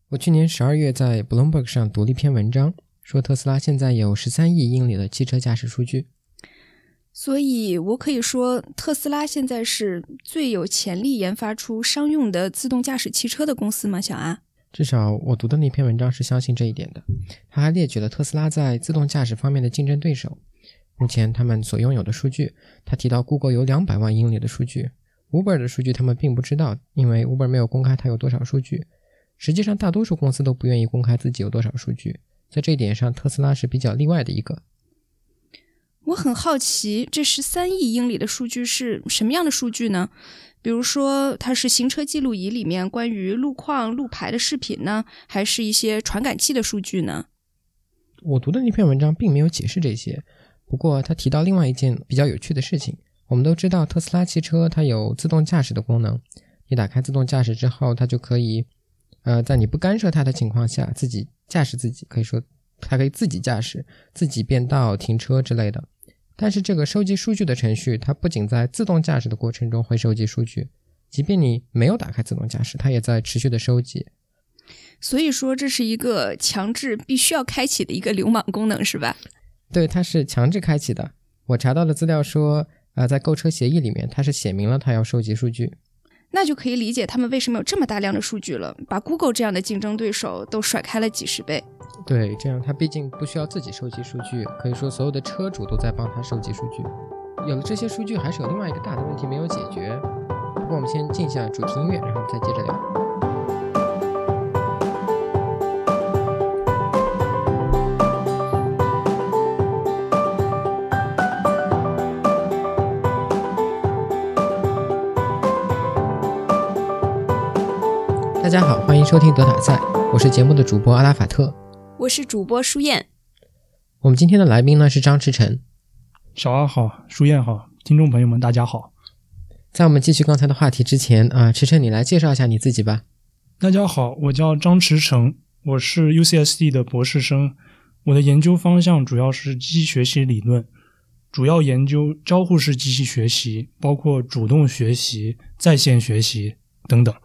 我去年12月在 Bloomberg 上读了一篇文章，说特斯拉现在有13亿英里的汽车驾驶数据。 所以我可以说特斯拉现在是最有潜力研发出商用的自动驾驶汽车的公司吗，小安？ 至少我读的那篇文章是相信这一点的。他还列举了特斯拉在自动驾驶方面的竞争对手，目前他们所拥有的数据。他提到 Google 有200万英里的数据， Uber 的数据他们并不知道，因为 Uber 没有公开它有多少数据。实际上大多数公司都不愿意公开自己有多少数据，在这一点上特斯拉是比较例外的一个。 我很好奇，这13亿英里的数据是什么样的数据呢？比如说它是行车记录仪里面关于路况路牌的视频呢，还是一些传感器的数据呢？ 我读的那篇文章并没有解释这些，不过他提到另外一件比较有趣的事情。我们都知道特斯拉汽车它有自动驾驶的功能，你打开自动驾驶之后，它就可以在你不干涉它的情况下自己驾驶自己，可以说它可以自己驾驶，自己变道停车之类的。但是这个收集数据的程序，它不仅在自动驾驶的过程中会收集数据，即便你没有打开自动驾驶，它也在持续的收集。 所以说这是一个强制必须要开启的一个流氓功能，是吧？ 对，它是强制开启的。我查到的资料说在购车协议里面它是写明了它要收集数据。 那就可以理解他们为什么有这么大量的数据了，把 Google 这样的竞争对手都甩开了几十倍。 对，这样他毕竟不需要自己收集数据，可以说所有的车主都在帮他收集数据。有了这些数据，还是有另外一个大的问题没有解决。不过我们先进一下主题音乐，然后再接着聊。大家好，欢迎收听德塔赛，我是节目的主播阿拉法特， 我是主播舒燕。 我们今天的来宾呢是张驰晨。 小阿好，舒燕好，听众朋友们大家好。 在我们继续刚才的话题之前驰晨你来介绍一下你自己吧。 大家好，我叫张驰晨，我是 UCSD 的博士生，我的研究方向主要是机器学习理论，主要研究交互式机器学习，包括主动学习、在线学习等等。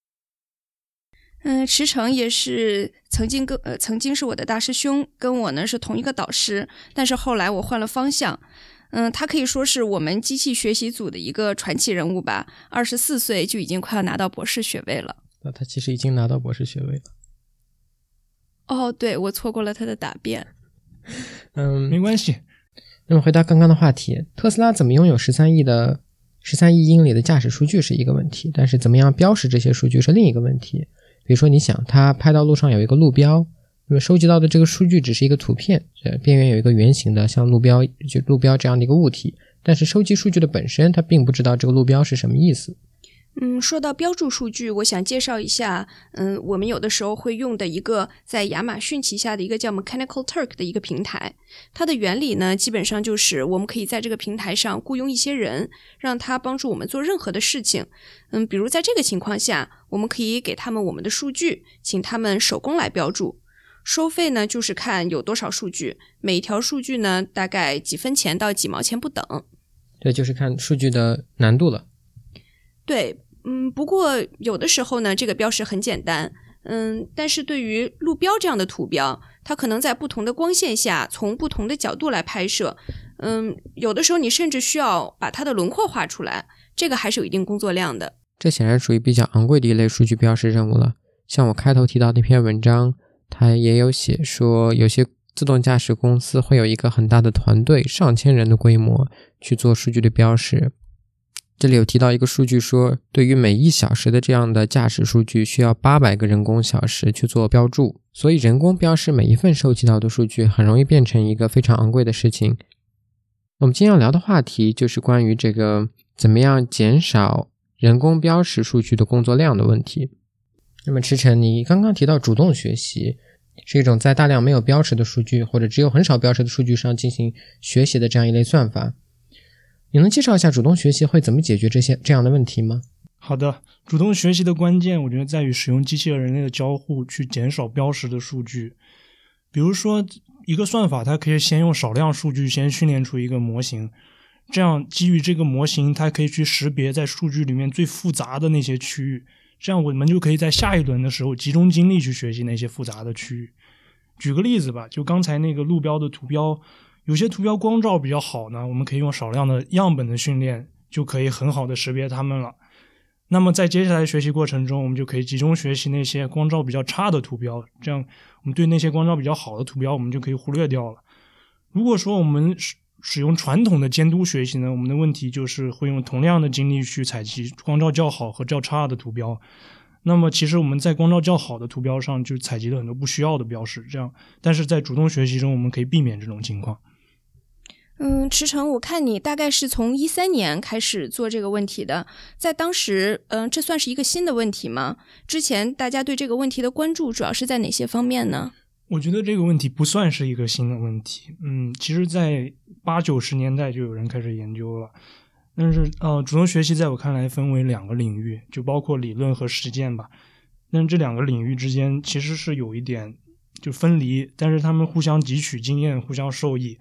驰骋也是曾经是我的大师兄，跟我呢是同一个导师，但是后来我换了方向。他可以说是我们机器学习组的一个传奇人物吧，24岁就已经快要拿到博士学位了。 那他其实已经拿到博士学位了。 哦，对，我错过了他的答辩。 没关系。 那么回到刚刚的话题，特斯拉怎么拥有13亿英里的驾驶数据是一个问题，但是怎么样标识这些数据是另一个问题。比如说你想它拍到路上有一个路标，那么收集到的这个数据只是一个图片，边缘有一个圆形的像路标这样的一个物体，但是收集数据的本身它并不知道这个路标是什么意思。 说到标注数据，我想介绍一下我们有的时候会用的一个在亚马逊旗下的一个叫 Mechanical Turk 的一个平台。它的原理呢，基本上就是我们可以在这个平台上雇佣一些人，让他帮助我们做任何的事情。比如在这个情况下，我们可以给他们我们的数据，请他们手工来标注。收费呢，就是看有多少数据，每一条数据呢，大概几分钱到几毛钱不等。 对，就是看数据的难度了。 对，不过有的时候呢，这个标识很简单，但是对于路标这样的图标，它可能在不同的光线下，从不同的角度来拍摄，有的时候你甚至需要把它的轮廓画出来，这个还是有一定工作量的。 这显然属于比较昂贵的一类数据标识任务了。像我开头提到那篇文章，它也有写说，有些自动驾驶公司会有一个很大的团队，上千人的规模去做数据的标识。这里有提到一个数据说，对于每1小时的这样的驾驶数据需要800个人工小时去做标注，所以人工标识每一份收集到的数据很容易变成一个非常昂贵的事情。我们今天要聊的话题就是关于这个怎么样减少人工标识数据的工作量的问题。那么驰骋，你刚刚提到主动学习是一种在大量没有标识的数据或者只有很少标识的数据上进行学习的这样一类算法，你能介绍一下主动学习会怎么解决这样的问题吗？ 好的，主动学习的关键我觉得在于使用机器和人类的交互去减少标识的数据。比如说一个算法它可以先用少量数据先训练出一个模型，这样基于这个模型它可以去识别在数据里面最复杂的那些区域， 这样我们就可以在下一轮的时候集中精力去学习那些复杂的区域。举个例子吧，就刚才那个路标的图标，有些图标光照比较好呢，我们可以用少量的样本的训练就可以很好的识别它们了。那么在接下来的学习过程中，我们就可以集中学习那些光照比较差的图标，这样我们对那些光照比较好的图标我们就可以忽略掉了。如果说我们使用传统的监督学习呢，我们的问题就是会用同样的精力去采集光照较好和较差的图标，那么其实我们在光照较好的图标上就采集了很多不需要的标识，这样但是在主动学习中我们可以避免这种情况。 池诚，我看你大概是从13年开始做这个问题的，在当时这算是一个新的问题吗？之前大家对这个问题的关注主要是在哪些方面呢？ 我觉得这个问题不算是一个新的问题，其实在80-90年代就有人开始研究了，但是主动学习在我看来分为2个领域，就包括理论和实践吧。但是这2个领域之间其实是有一点就分离，但是他们互相汲取经验，互相受益。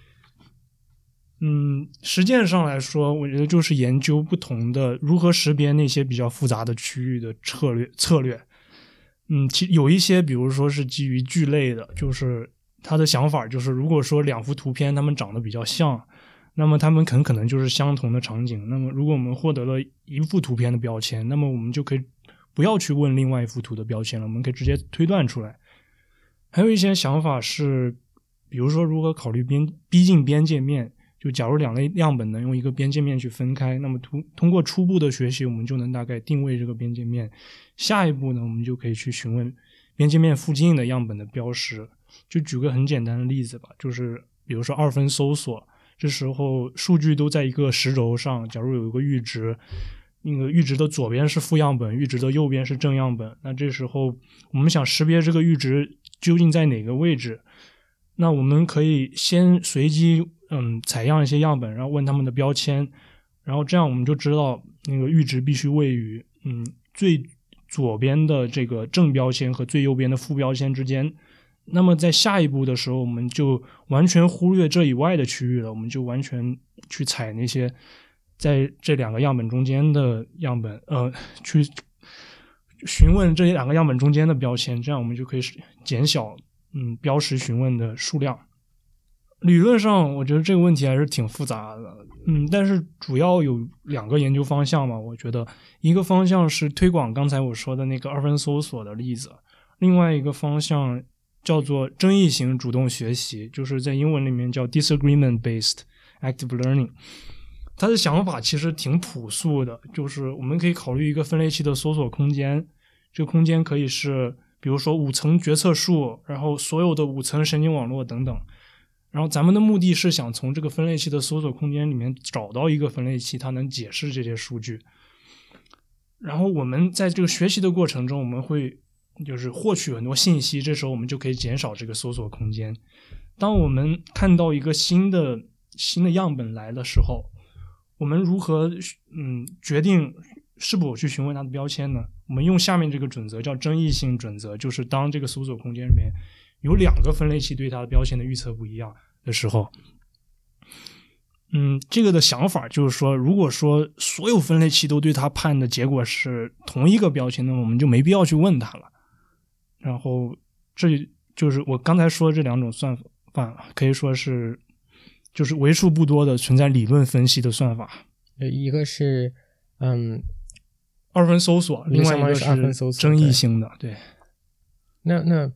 实践上来说，我觉得就是研究不同的如何识别那些比较复杂的区域的策略。有一些比如说是基于聚类的，就是他的想法就是如果说2幅图片它们长得比较像，那么它们很可能就是相同的场景，那么如果我们获得了一幅图片的标签，那么我们就可以不要去问另外一幅图的标签了，我们可以直接推断出来。还有一些想法是比如说如何考虑逼近边界面，就假如2类样本能用一个边界面去分开，那么通过初步的学习我们就能大概定位这个边界面，下一步呢我们就可以去询问边界面附近的样本的标识。就举个很简单的例子吧，就是比如说2分搜索，这时候数据都在一个时轴上，假如有一个阈值，那个阈值的左边是负样本，阈值的右边是正样本，那这时候我们想识别这个阈值究竟在哪个位置，那我们可以先随机采样一些样本，然后问他们的标签，然后这样我们就知道那个阈值必须位于最左边的这个正标签和最右边的负标签之间。那么在下一步的时候我们就完全忽略这以外的区域了，我们就完全去采那些在这2个样本中间的样本去询问这2个样本中间的标签，这样我们就可以减小标识询问的数量。理论上我觉得这个问题还是挺复杂的，但是主要有2个研究方向嘛，我觉得一个方向是推广刚才我说的那个2分搜索的例子，另外一个方向叫做争议型主动学习，就是在英文里面叫 disagreement based active learning。 它的想法其实挺朴素的，就是我们可以考虑一个分类器的搜索空间，这个空间可以是比如说5层决策树，然后所有的5层神经网络等等，然后咱们的目的是想从这个分类器的搜索空间里面找到一个分类器它能解释这些数据，然后我们在这个学习的过程中我们会就是获取很多信息，这时候我们就可以减少这个搜索空间。当我们看到一个新的样本来的时候，我们如何决定是否去询问它的标签呢？我们用下面这个准则叫争议性准则，就是当这个搜索空间里面有2个分类器对它的标签的预测不一样的时候，这个的想法就是说，如果说所有分类器都对它判的结果是同一个标签，那么我们就没必要去问它了。然后这就是我刚才说的这2种算法，可以说是就是为数不多的存在理论分析的算法。 一个是 2分搜索，另外一个是争议性的。对， 那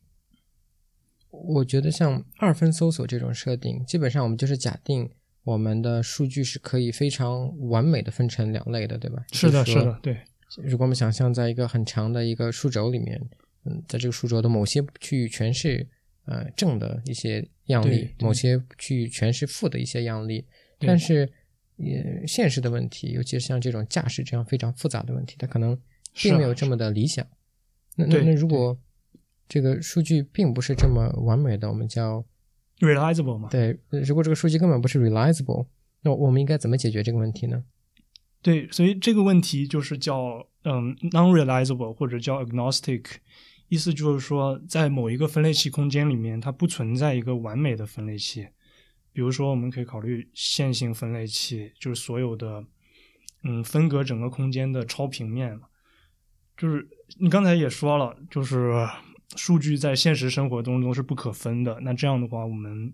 我觉得像2分搜索这种设定，基本上我们就是假定我们的数据是可以非常完美的分成2类的，对吧？ 是的，是的，对。 如果我们想象在一个很长的一个数轴里面，在这个数轴的某些区域全是正的一些样例，某些区域全是负的一些样例，但是现实的问题，尤其是像这种架势这样非常复杂的问题，它可能并没有这么的理想。那如果这个数据并不是这么完美的，我们叫 realizable 嘛？ 对，如果这个数据根本不是 realizable， 那我们应该怎么解决这个问题呢？ 对，所以这个问题就是叫non-realizable 或者叫 agnostic， 意思就是说在某一个分类器空间里面它不存在一个完美的分类器。比如说我们可以考虑线性分类器，就是所有的分隔整个空间的超平面嘛。 就是你刚才也说了，就是数据在现实生活中是不可分的，那这样的话我们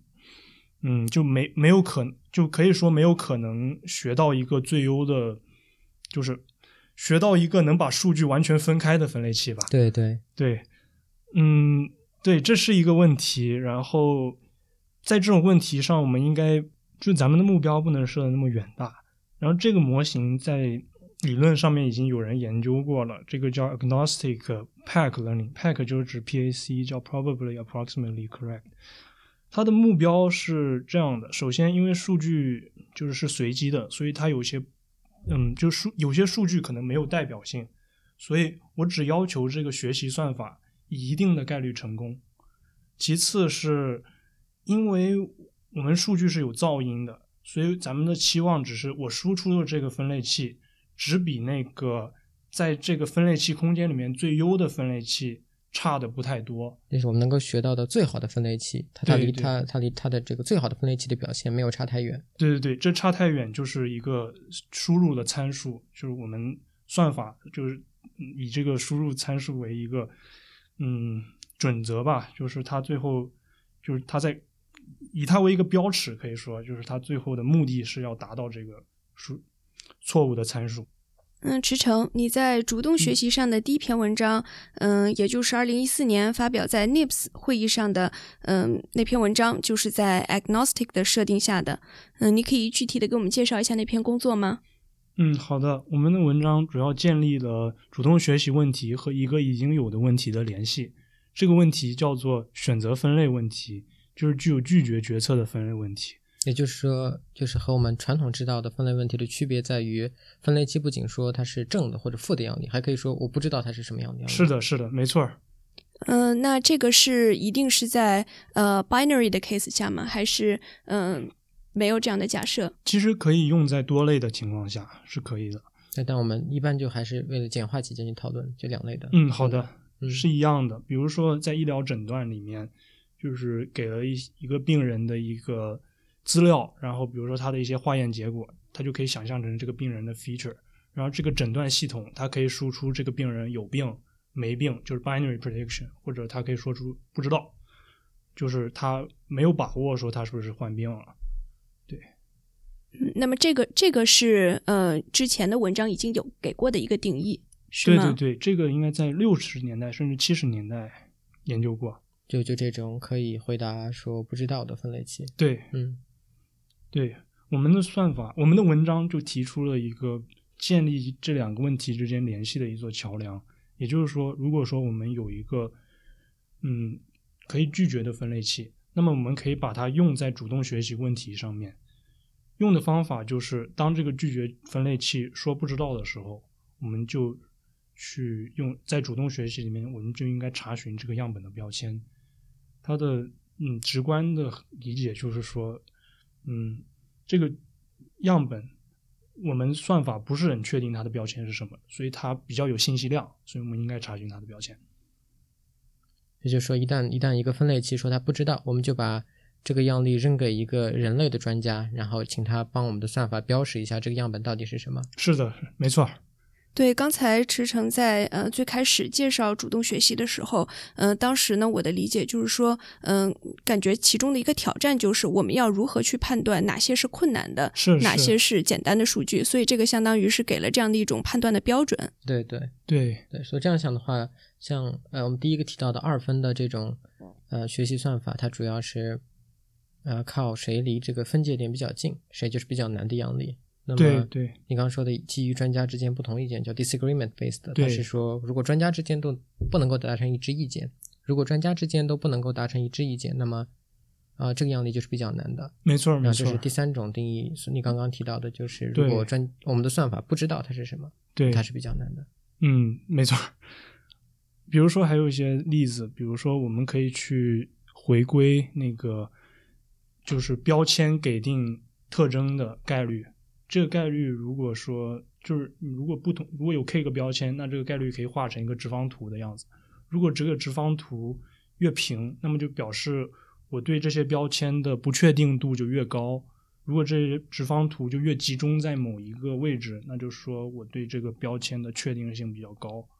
就可以说没有可能学到一个最优的，就是学到一个能把数据完全分开的分类器吧。 对对对，对，这是一个问题。然后在这种问题上，我们应该就咱们的目标不能设得那么远大。然后这个模型在理论上面已经有人研究过了，这个叫 agnostic PAC learning，PAC 就是指 PAC， 叫 probably approximately correct。它的目标是这样的，首先因为数据是随机的，所以它有些有些数据可能没有代表性，所以我只要求这个学习算法以一定的概率成功。其次是因为我们数据是有噪音的，所以咱们的期望只是我输出的这个分类器只比那个在这个分类器空间里面最优的分类器差的不太多， 这是我们能够学到的最好的分类器，它离它的这个最好的分类器的表现没有差太远。 对对对，这差太远就是一个输入的参数，就是我们算法就是以这个输入参数为一个准则吧，就是它最后就是它以它为一个标尺，可以说就是它最后的目的是要达到这个错误的参数。 池诚，你在主动学习上的第一篇文章，也就是2014年发表在 NIPS 会议上的，那篇文章就是在 agnostic 的设定下的，你可以具体的给我们介绍一下那篇工作吗？ 好的，我们的文章主要建立了主动学习问题和一个已经有的问题的联系，这个问题叫做选择分类问题，就是具有拒绝决策的分类问题。 也就是说，就是和我们传统知道的分类问题的区别在于，分类器不仅说它是正的或者负的样例，还可以说我不知道它是什么样的样例。 是的，是的，没错。 那这个一定是在binary 的 case 下吗？还是没有这样的假设？ 其实可以用在多类的情况下是可以的。 但我们一般就还是为了简化起见去讨论这两类的。 好的，是一样的。比如说在医疗诊断里面，就是给了一个病人的一个资料，然后比如说他的一些化验结果，他就可以想象成这个病人的 feature， 然后这个诊断系统它可以输出这个病人有病没病，就是 binary prediction， 或者他可以说出不知道，就是他没有把握说他是不是患病了。对。 那么这个是之前的文章已经有给过的一个定义，是吗？ 对对对，这个应该在60年代甚至70年代研究过。 就这种可以回答说不知道的分类器。 对，对，我们的算法，我们的文章就提出了一个建立这两个问题之间联系的一座桥梁。也就是说，如果说我们有一个可以拒绝的分类器，那么我们可以把它用在主动学习问题上面。用的方法就是当这个拒绝分类器说不知道的时候，我们就去用在主动学习里面，我们就应该查询这个样本的标签。它的直观的理解就是说这个样本我们算法不是很确定它的标签是什么，所以它比较有信息量，所以我们应该查询它的标签。 也就是说一旦一个分类器说它不知道，我们就把这个样例扔给一个人类的专家，然后请他帮我们的算法标识一下这个样本到底是什么。 是的，没错。 对，刚才池诚在最开始介绍主动学习的时候，当时呢我的理解就是说，感觉其中的一个挑战就是我们要如何去判断哪些是困难的，哪些是简单的数据，所以这个相当于是给了这样的一种判断的标准。 对对对对，所以这样想的话，像我们第一个提到的2分的这种学习算法，它主要是靠谁离这个分界点比较近，谁就是比较难的样例。那么对， 你刚刚说的基于专家之间不同意见叫 disagreement based， 它是说如果专家之间都不能够达成一致意见，如果专家之间都不能够达成一致意见，那么这个样例就是比较难的。 没错没错。 这是第3种定义，你刚刚提到的就是如果我们的算法不知道它是什么，对，它是比较难的。 没错。比如说还有一些例子，比如说我们可以去回归那个就是标签给定特征的概率，这个概率如果说就是如果有 K 个标签，那这个概率可以画成一个直方图的样子。如果这个直方图越平，那么就表示我对这些标签的不确定度就越高。如果这些直方图就越集中在某一个位置，那就是说我对这个标签的确定性比较高。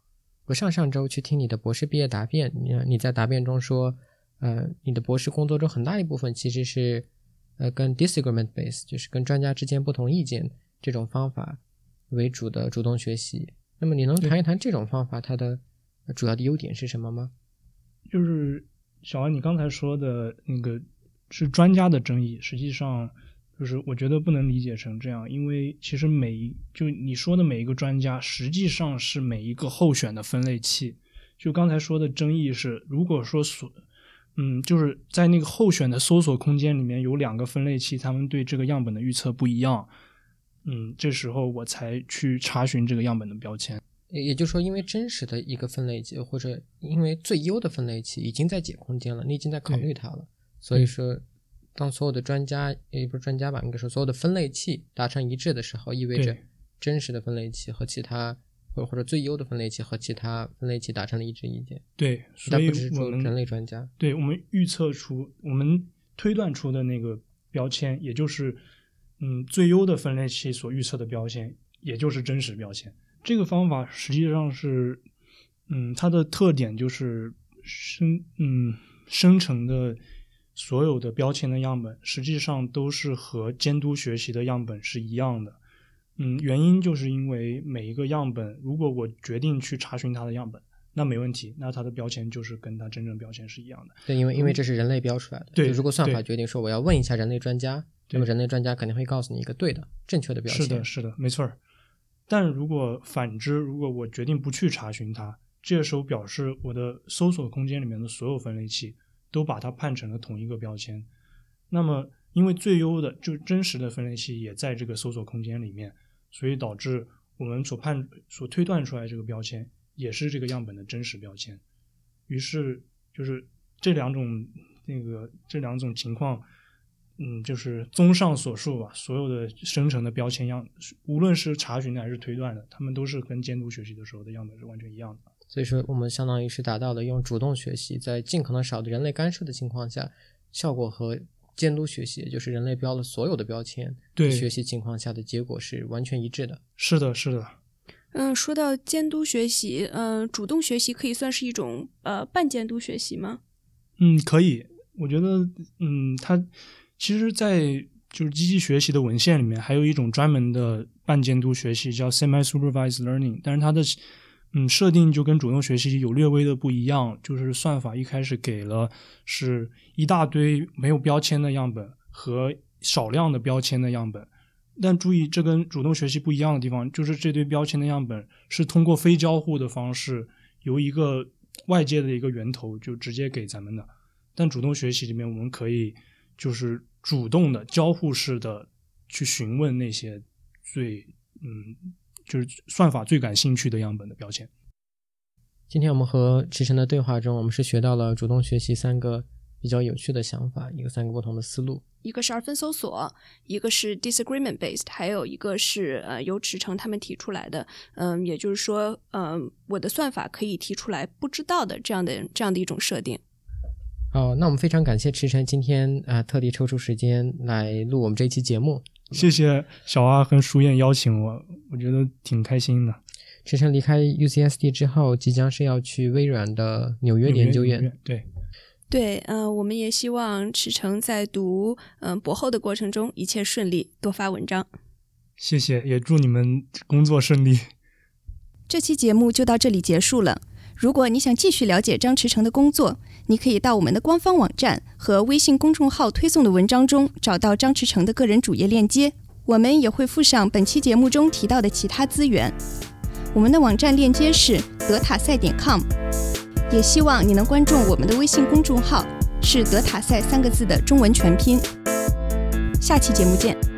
我上周去听你的博士毕业答辩，你在答辩中说你的博士工作中很大一部分其实是跟 disagreement base， 就是跟专家之间不同意见这种方法为主的主动学习。那么你能谈一谈这种方法它的主要的优点是什么吗？ 就是小安你刚才说的那个是专家的争议，实际上就是我觉得不能理解成这样，因为其实就你说的每一个专家实际上是每一个候选的分类器。就刚才说的争议是，如果说就是在那个候选的搜索空间里面有2个分类器，他们对这个样本的预测不一样，这时候我才去查询这个样本的标签。 也就是说，因为真实的一个分类器，或者因为最优的分类器已经在解空间了，你已经在考虑它了，所以说当所有的专家，也不是专家吧，应该说所有的分类器达成一致的时候，意味着真实的分类器和其他或者最优的分类器和其他分类器达成了一致意见。 对，所以我们人类专家， 对，我们我们推断出的那个标签，也就是最优的分类器所预测的标签，也就是真实标签。这个方法实际上是它的特点就是生成的所有的标签的样本实际上都是和监督学习的样本是一样的。原因就是因为每一个样本，如果我决定去查询它的样本，那没问题，那它的标签就是跟它真正标签是一样的。 对，因为这是人类标出来的。 对， 如果算法决定说我要问一下人类专家，那么人类专家肯定会告诉你一个对的正确的标签。 是的，没错。但如果反之，如果我决定不去查询它，这个时候表示我的搜索空间里面的所有分类器都把它判成了同一个标签。那么因为最优的就真实的分类器也在这个搜索空间里面，所以导致我们所推断出来这个标签也是这个样本的真实标签。于是就是这两种情况就是综上所述吧，所有的生成的标签无论是查询的还是推断的，它们都是跟监督学习的时候的样本是完全一样的。 所以说我们相当于是达到了用主动学习在尽可能少的人类干涉的情况下，效果和监督学习，也就是人类标了所有的标签对学习情况下的结果是完全一致的。 是的。 说到监督学习，主动学习可以算是一种半监督学习吗？ 可以。我觉得它其实在就是机器学习的文献里面还有一种专门的半监督学习叫 semi-supervised learning， 但是它的设定就跟主动学习有略微的不一样，就是算法一开始给了是一大堆没有标签的样本和少量的标签的样本，但注意这跟主动学习不一样的地方就是这堆标签的样本是通过非交互的方式由一个外界的一个源头就直接给咱们的，但主动学习里面我们可以就是主动的交互式的去询问那些就是算法最感兴趣的样本的标签。 今天我们和池晨的对话中，我们是学到了主动学习3个比较有趣的想法，一个3个不同的思路， 一个是2分搜索，一个是 disagreement based， 还有一个是由池晨他们提出来的。也就是说我的算法可以提出来不知道的这样的一种设定。 好，那我们非常感谢池晨今天特地抽出时间来录我们这一期节目。 谢谢小阿和舒燕邀请我觉得挺开心的。 池晨离开 UCSD 之后即将是要去微软的纽约研究院。 对，我们也希望池晨在读博后的过程中一切顺利，多发文章。 谢谢，也祝你们工作顺利。 这期节目就到这里结束了。如果你想继续了解张池晨的工作，你可以到我们的官方网站和微信公众号推送的文章中找到张池晨的个人主页链接，我们也会附上本期节目中提到的其他资源。我们的网站链接是德塔赛.com， 也希望你能关注我们的微信公众号，是德塔赛3个字的中文全拼。下期节目见。